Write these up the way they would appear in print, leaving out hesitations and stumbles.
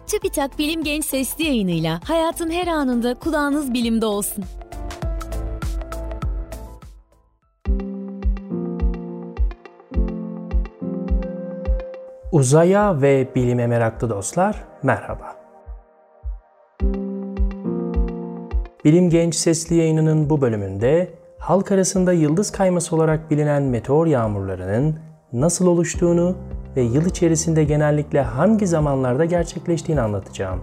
Çubitak Bilim Genç Sesli Yayınıyla hayatın her anında kulağınız bilimde olsun. Uzaya ve bilime meraklı dostlar, merhaba. Bilim Genç Sesli Yayını'nın bu bölümünde halk arasında yıldız kayması olarak bilinen meteor yağmurlarının nasıl oluştuğunu ve yıl içerisinde genellikle hangi zamanlarda gerçekleştiğini anlatacağım.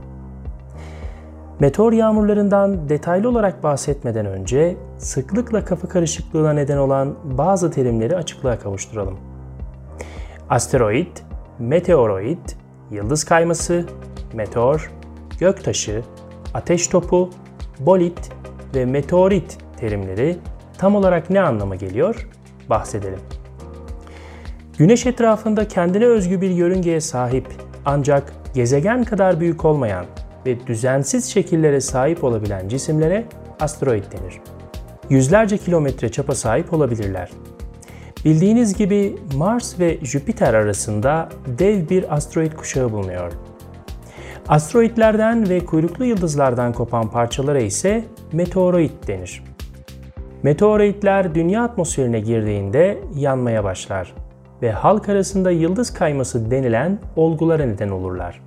Meteor yağmurlarından detaylı olarak bahsetmeden önce sıklıkla kafa karışıklığına neden olan bazı terimleri açıklığa kavuşturalım. Asteroid, meteoroid, yıldız kayması, meteor, göktaşı, ateş topu, bolit ve meteorit terimleri tam olarak ne anlama geliyor? Bahsedelim. Güneş etrafında kendine özgü bir yörüngeye sahip ancak gezegen kadar büyük olmayan ve düzensiz şekillere sahip olabilen cisimlere asteroid denir. Yüzlerce kilometre çapa sahip olabilirler. Bildiğiniz gibi Mars ve Jüpiter arasında dev bir asteroid kuşağı bulunuyor. Asteroidlerden ve kuyruklu yıldızlardan kopan parçalara ise meteoroid denir. Meteoroidler dünya atmosferine girdiğinde yanmaya başlar ve halk arasında yıldız kayması denilen olgulara neden olurlar.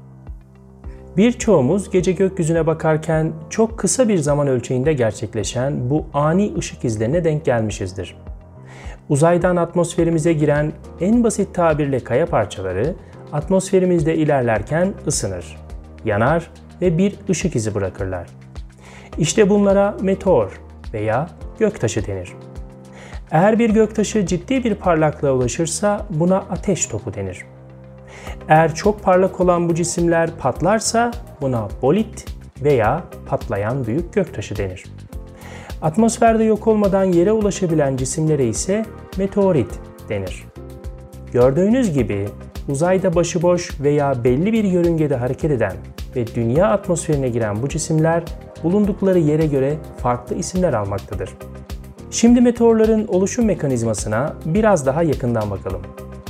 Birçoğumuz gece gökyüzüne bakarken çok kısa bir zaman ölçeğinde gerçekleşen bu ani ışık izlerine denk gelmişizdir. Uzaydan atmosferimize giren en basit tabirle kaya parçaları atmosferimizde ilerlerken ısınır, yanar ve bir ışık izi bırakırlar. İşte bunlara meteor veya göktaşı denir. Eğer bir göktaşı ciddi bir parlaklığa ulaşırsa buna ateş topu denir. Eğer çok parlak olan bu cisimler patlarsa buna bolit veya patlayan büyük göktaşı denir. Atmosferde yok olmadan yere ulaşabilen cisimlere ise meteorit denir. Gördüğünüz gibi uzayda başıboş veya belli bir yörüngede hareket eden ve dünya atmosferine giren bu cisimler bulundukları yere göre farklı isimler almaktadır. Şimdi meteorların oluşum mekanizmasına biraz daha yakından bakalım.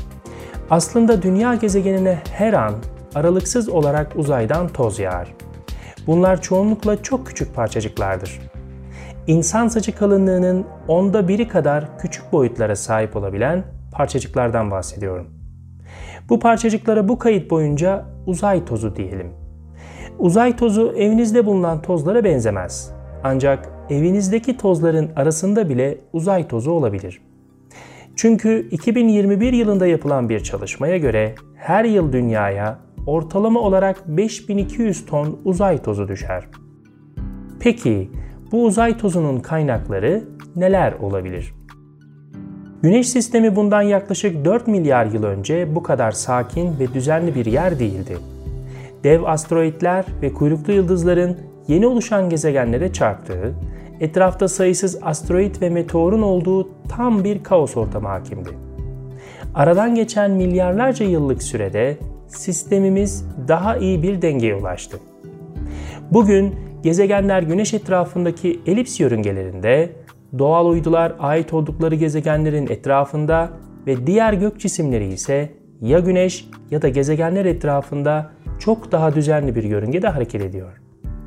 Aslında dünya gezegenine her an aralıksız olarak uzaydan toz yağar. Bunlar çoğunlukla çok küçük parçacıklardır. İnsan saçı kalınlığının 1/10 kadar küçük boyutlara sahip olabilen parçacıklardan bahsediyorum. Bu parçacıklara bu kayıt boyunca uzay tozu diyelim. Uzay tozu evinizde bulunan tozlara benzemez. Ancak evinizdeki tozların arasında bile uzay tozu olabilir. Çünkü 2021 yılında yapılan bir çalışmaya göre her yıl dünyaya ortalama olarak 5200 ton uzay tozu düşer. Peki bu uzay tozunun kaynakları neler olabilir? Güneş sistemi bundan yaklaşık 4 milyar yıl önce bu kadar sakin ve düzenli bir yer değildi. Dev asteroidler ve kuyruklu yıldızların yeni oluşan gezegenlere çarptığı, etrafta sayısız asteroid ve meteorun olduğu tam bir kaos ortamı hakimdi. Aradan geçen milyarlarca yıllık sürede sistemimiz daha iyi bir dengeye ulaştı. Bugün gezegenler Güneş etrafındaki elips yörüngelerinde, doğal uydular ait oldukları gezegenlerin etrafında ve diğer gök cisimleri ise ya Güneş ya da gezegenler etrafında çok daha düzenli bir yörüngede hareket ediyor.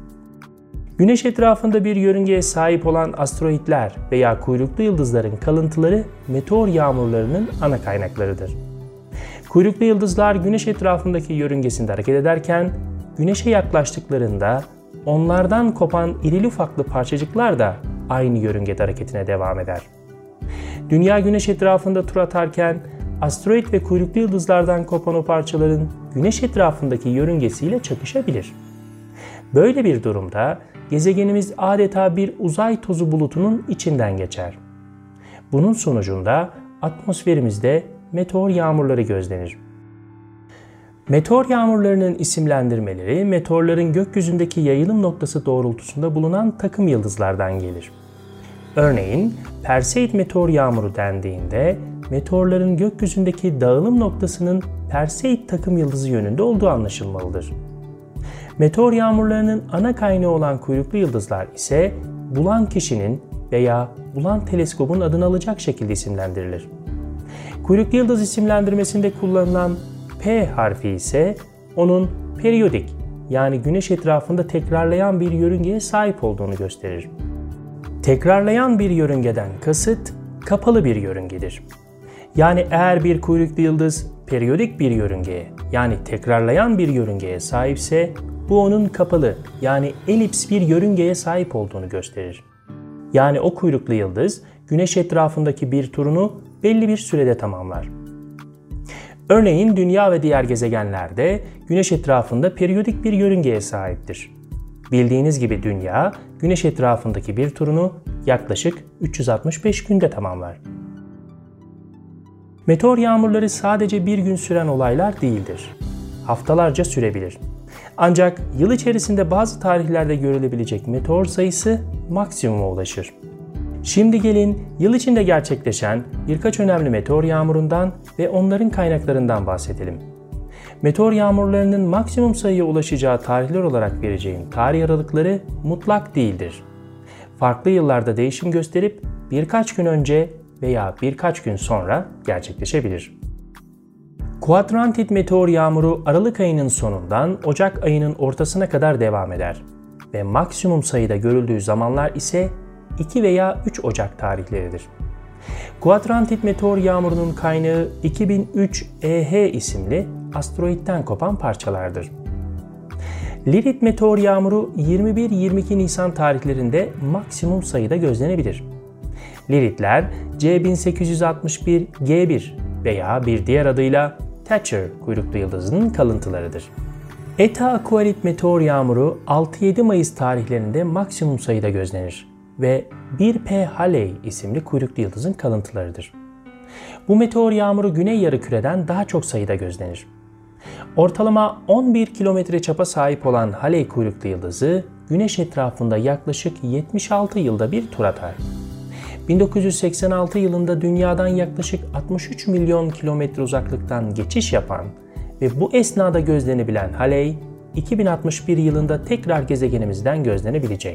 Güneş etrafında bir yörüngeye sahip olan asteroidler veya kuyruklu yıldızların kalıntıları meteor yağmurlarının ana kaynaklarıdır. Kuyruklu yıldızlar Güneş etrafındaki yörüngesinde hareket ederken Güneş'e yaklaştıklarında onlardan kopan irili ufaklı parçacıklar da aynı yörüngede hareketine devam eder. Dünya Güneş etrafında tur atarken asteroid ve kuyruklu yıldızlardan kopan o parçaların Güneş etrafındaki yörüngesiyle çakışabilir. Böyle bir durumda gezegenimiz adeta bir uzay tozu bulutunun içinden geçer. Bunun sonucunda atmosferimizde meteor yağmurları gözlenir. Meteor yağmurlarının isimlendirmeleri meteorların gökyüzündeki yayılım noktası doğrultusunda bulunan takım yıldızlardan gelir. Örneğin Perseid meteor yağmuru dendiğinde meteorların gökyüzündeki dağılım noktasının Perseid takım yıldızı yönünde olduğu anlaşılmalıdır. Meteor yağmurlarının ana kaynağı olan kuyruklu yıldızlar ise bulan kişinin veya bulan teleskobun adını alacak şekilde isimlendirilir. Kuyruklu yıldız isimlendirmesinde kullanılan P harfi ise onun periyodik yani Güneş etrafında tekrarlayan bir yörüngeye sahip olduğunu gösterir. Tekrarlayan bir yörüngeden kasıt kapalı bir yörüngedir. Yani eğer bir kuyruklu yıldız periyodik bir yörüngeye yani tekrarlayan bir yörüngeye sahipse bu onun kapalı yani elips bir yörüngeye sahip olduğunu gösterir. Yani o kuyruklu yıldız Güneş etrafındaki bir turunu belli bir sürede tamamlar. Örneğin Dünya ve diğer gezegenlerde Güneş etrafında periyodik bir yörüngeye sahiptir. Bildiğiniz gibi Dünya, Güneş etrafındaki bir turunu yaklaşık 365 günde tamamlar. Meteor yağmurları sadece bir gün süren olaylar değildir. Haftalarca sürebilir. Ancak yıl içerisinde bazı tarihlerde görülebilecek meteor sayısı maksimuma ulaşır. Şimdi gelin yıl içinde gerçekleşen birkaç önemli meteor yağmurundan ve onların kaynaklarından bahsedelim. Meteor yağmurlarının maksimum sayıya ulaşacağı tarihler olarak vereceğim tarih aralıkları mutlak değildir. Farklı yıllarda değişim gösterip birkaç gün önce veya birkaç gün sonra gerçekleşebilir. Quadrantid meteor yağmuru Aralık ayının sonundan Ocak ayının ortasına kadar devam eder ve maksimum sayıda görüldüğü zamanlar ise 2 veya 3 Ocak tarihleridir. Quadrantid meteor yağmurunun kaynağı 2003 EH isimli asteroitten kopan parçalardır. Lyrid meteor yağmuru 21-22 Nisan tarihlerinde maksimum sayıda gözlenebilir. Lyridler C1861 G1 veya bir diğer adıyla Thatcher kuyruklu yıldızının kalıntılarıdır. Eta Aquarid meteor yağmuru 6-7 Mayıs tarihlerinde maksimum sayıda gözlenir ve 1P Halley isimli kuyruklu yıldızın kalıntılarıdır. Bu meteor yağmuru güney yarımküreden daha çok sayıda gözlenir. Ortalama 11 kilometre çapa sahip olan Halley kuyruklu yıldızı Güneş etrafında yaklaşık 76 yılda bir tur atar. 1986 yılında Dünya'dan yaklaşık 63 milyon kilometre uzaklıktan geçiş yapan ve bu esnada gözlenebilen Halley, 2061 yılında tekrar gezegenimizden gözlenebilecek.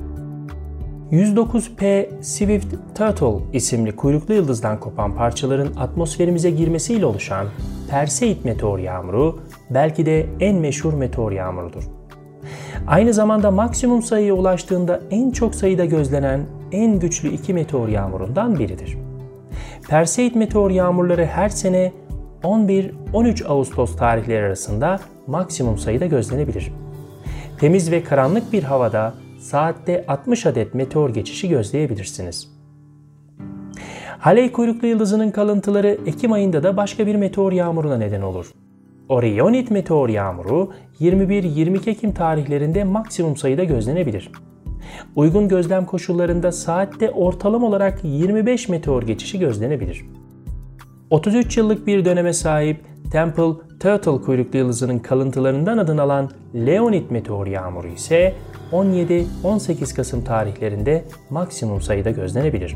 109P Swift Turtle isimli kuyruklu yıldızdan kopan parçaların atmosferimize girmesiyle oluşan Perseid meteor yağmuru belki de en meşhur meteor yağmurudur. Aynı zamanda maksimum sayıya ulaştığında en çok sayıda gözlenen en güçlü iki meteor yağmurundan biridir. Perseid meteor yağmurları her sene 11-13 Ağustos tarihleri arasında maksimum sayıda gözlenebilir. Temiz ve karanlık bir havada saatte 60 adet meteor geçişi gözleyebilirsiniz. Halley kuyruklu yıldızının kalıntıları Ekim ayında da başka bir meteor yağmuruna neden olur. Orionid meteor yağmuru 21-22 Ekim tarihlerinde maksimum sayıda gözlenebilir. Uygun gözlem koşullarında saatte ortalama olarak 25 meteor geçişi gözlenebilir. 33 yıllık bir döneme sahip Temple Turtle kuyruklu yıldızının kalıntılarından adını alan Leonid meteor yağmuru ise 17-18 Kasım tarihlerinde maksimum sayıda gözlenebilir.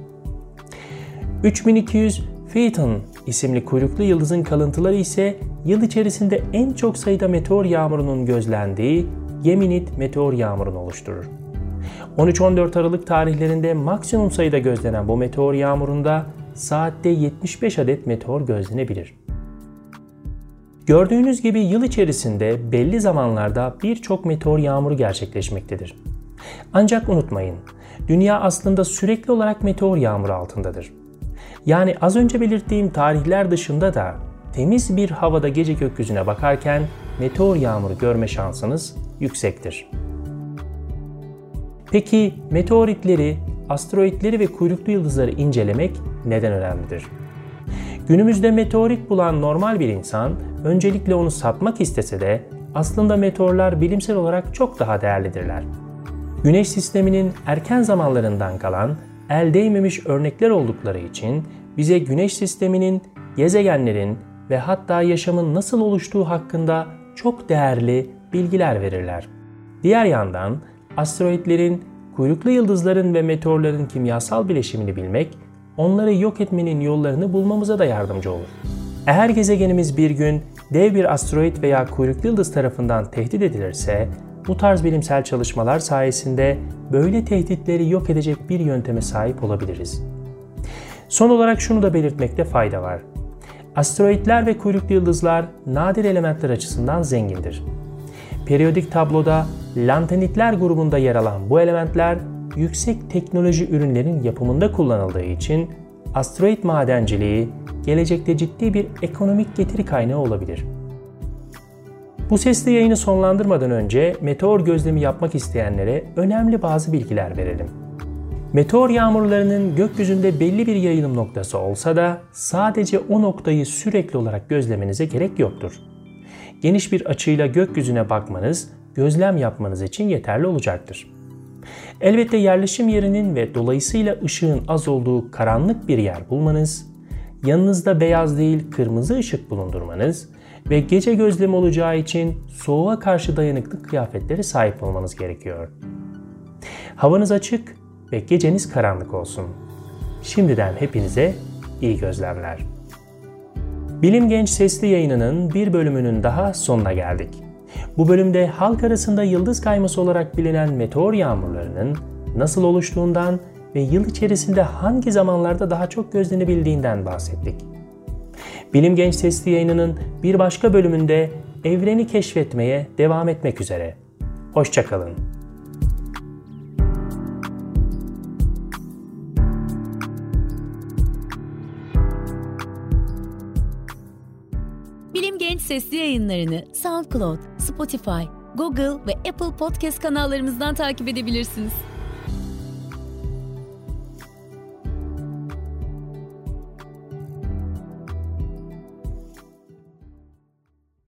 3200 Phaeton isimli kuyruklu yıldızın kalıntıları ise yıl içerisinde en çok sayıda meteor yağmurunun gözlendiği Geminid meteor yağmurunu oluşturur. 13-14 Aralık tarihlerinde maksimum sayıda gözlenen bu meteor yağmurunda saatte 75 adet meteor gözlenebilir. Gördüğünüz gibi yıl içerisinde belli zamanlarda birçok meteor yağmuru gerçekleşmektedir. Ancak unutmayın, Dünya aslında sürekli olarak meteor yağmuru altındadır. Yani az önce belirttiğim tarihler dışında da temiz bir havada gece gökyüzüne bakarken meteor yağmuru görme şansınız yüksektir. Peki meteoritleri, asteroitleri ve kuyruklu yıldızları incelemek neden önemlidir? Günümüzde meteorit bulan normal bir insan öncelikle onu satmak istese de aslında meteorlar bilimsel olarak çok daha değerlidirler. Güneş sisteminin erken zamanlarından kalan, el değmemiş örnekler oldukları için bize Güneş sisteminin, gezegenlerin ve hatta yaşamın nasıl oluştuğu hakkında çok değerli bilgiler verirler. Diğer yandan asteroitlerin, kuyruklu yıldızların ve meteorların kimyasal bileşimini bilmek, onları yok etmenin yollarını bulmamıza da yardımcı olur. Eğer gezegenimiz bir gün dev bir asteroit veya kuyruklu yıldız tarafından tehdit edilirse, bu tarz bilimsel çalışmalar sayesinde böyle tehditleri yok edecek bir yönteme sahip olabiliriz. Son olarak şunu da belirtmekte fayda var. Asteroitler ve kuyruklu yıldızlar nadir elementler açısından zengindir. Periyodik tabloda lantanitler grubunda yer alan bu elementler yüksek teknoloji ürünlerin yapımında kullanıldığı için asteroid madenciliği gelecekte ciddi bir ekonomik getiri kaynağı olabilir. Bu sesli yayını sonlandırmadan önce meteor gözlemi yapmak isteyenlere önemli bazı bilgiler verelim. Meteor yağmurlarının gökyüzünde belli bir yayılım noktası olsa da sadece o noktayı sürekli olarak gözlemenize gerek yoktur. Geniş bir açıyla gökyüzüne bakmanız, gözlem yapmanız için yeterli olacaktır. Elbette yerleşim yerinin ve dolayısıyla ışığın az olduğu karanlık bir yer bulmanız, yanınızda beyaz değil kırmızı ışık bulundurmanız ve gece gözlemi olacağı için soğuğa karşı dayanıklı kıyafetlere sahip olmanız gerekiyor. Havanız açık ve geceniz karanlık olsun. Şimdiden hepinize iyi gözlemler. Bilim Genç sesli yayınının bir bölümünün daha sonuna geldik. Bu bölümde halk arasında yıldız kayması olarak bilinen meteor yağmurlarının nasıl oluştuğundan ve yıl içerisinde hangi zamanlarda daha çok gözlenebildiğinden bahsettik. Bilim Genç sesli yayınının bir başka bölümünde evreni keşfetmeye devam etmek üzere. Hoşça kalın. Bilim Genç sesli yayınlarını SoundCloud, Spotify, Google ve Apple Podcast kanallarımızdan takip edebilirsiniz.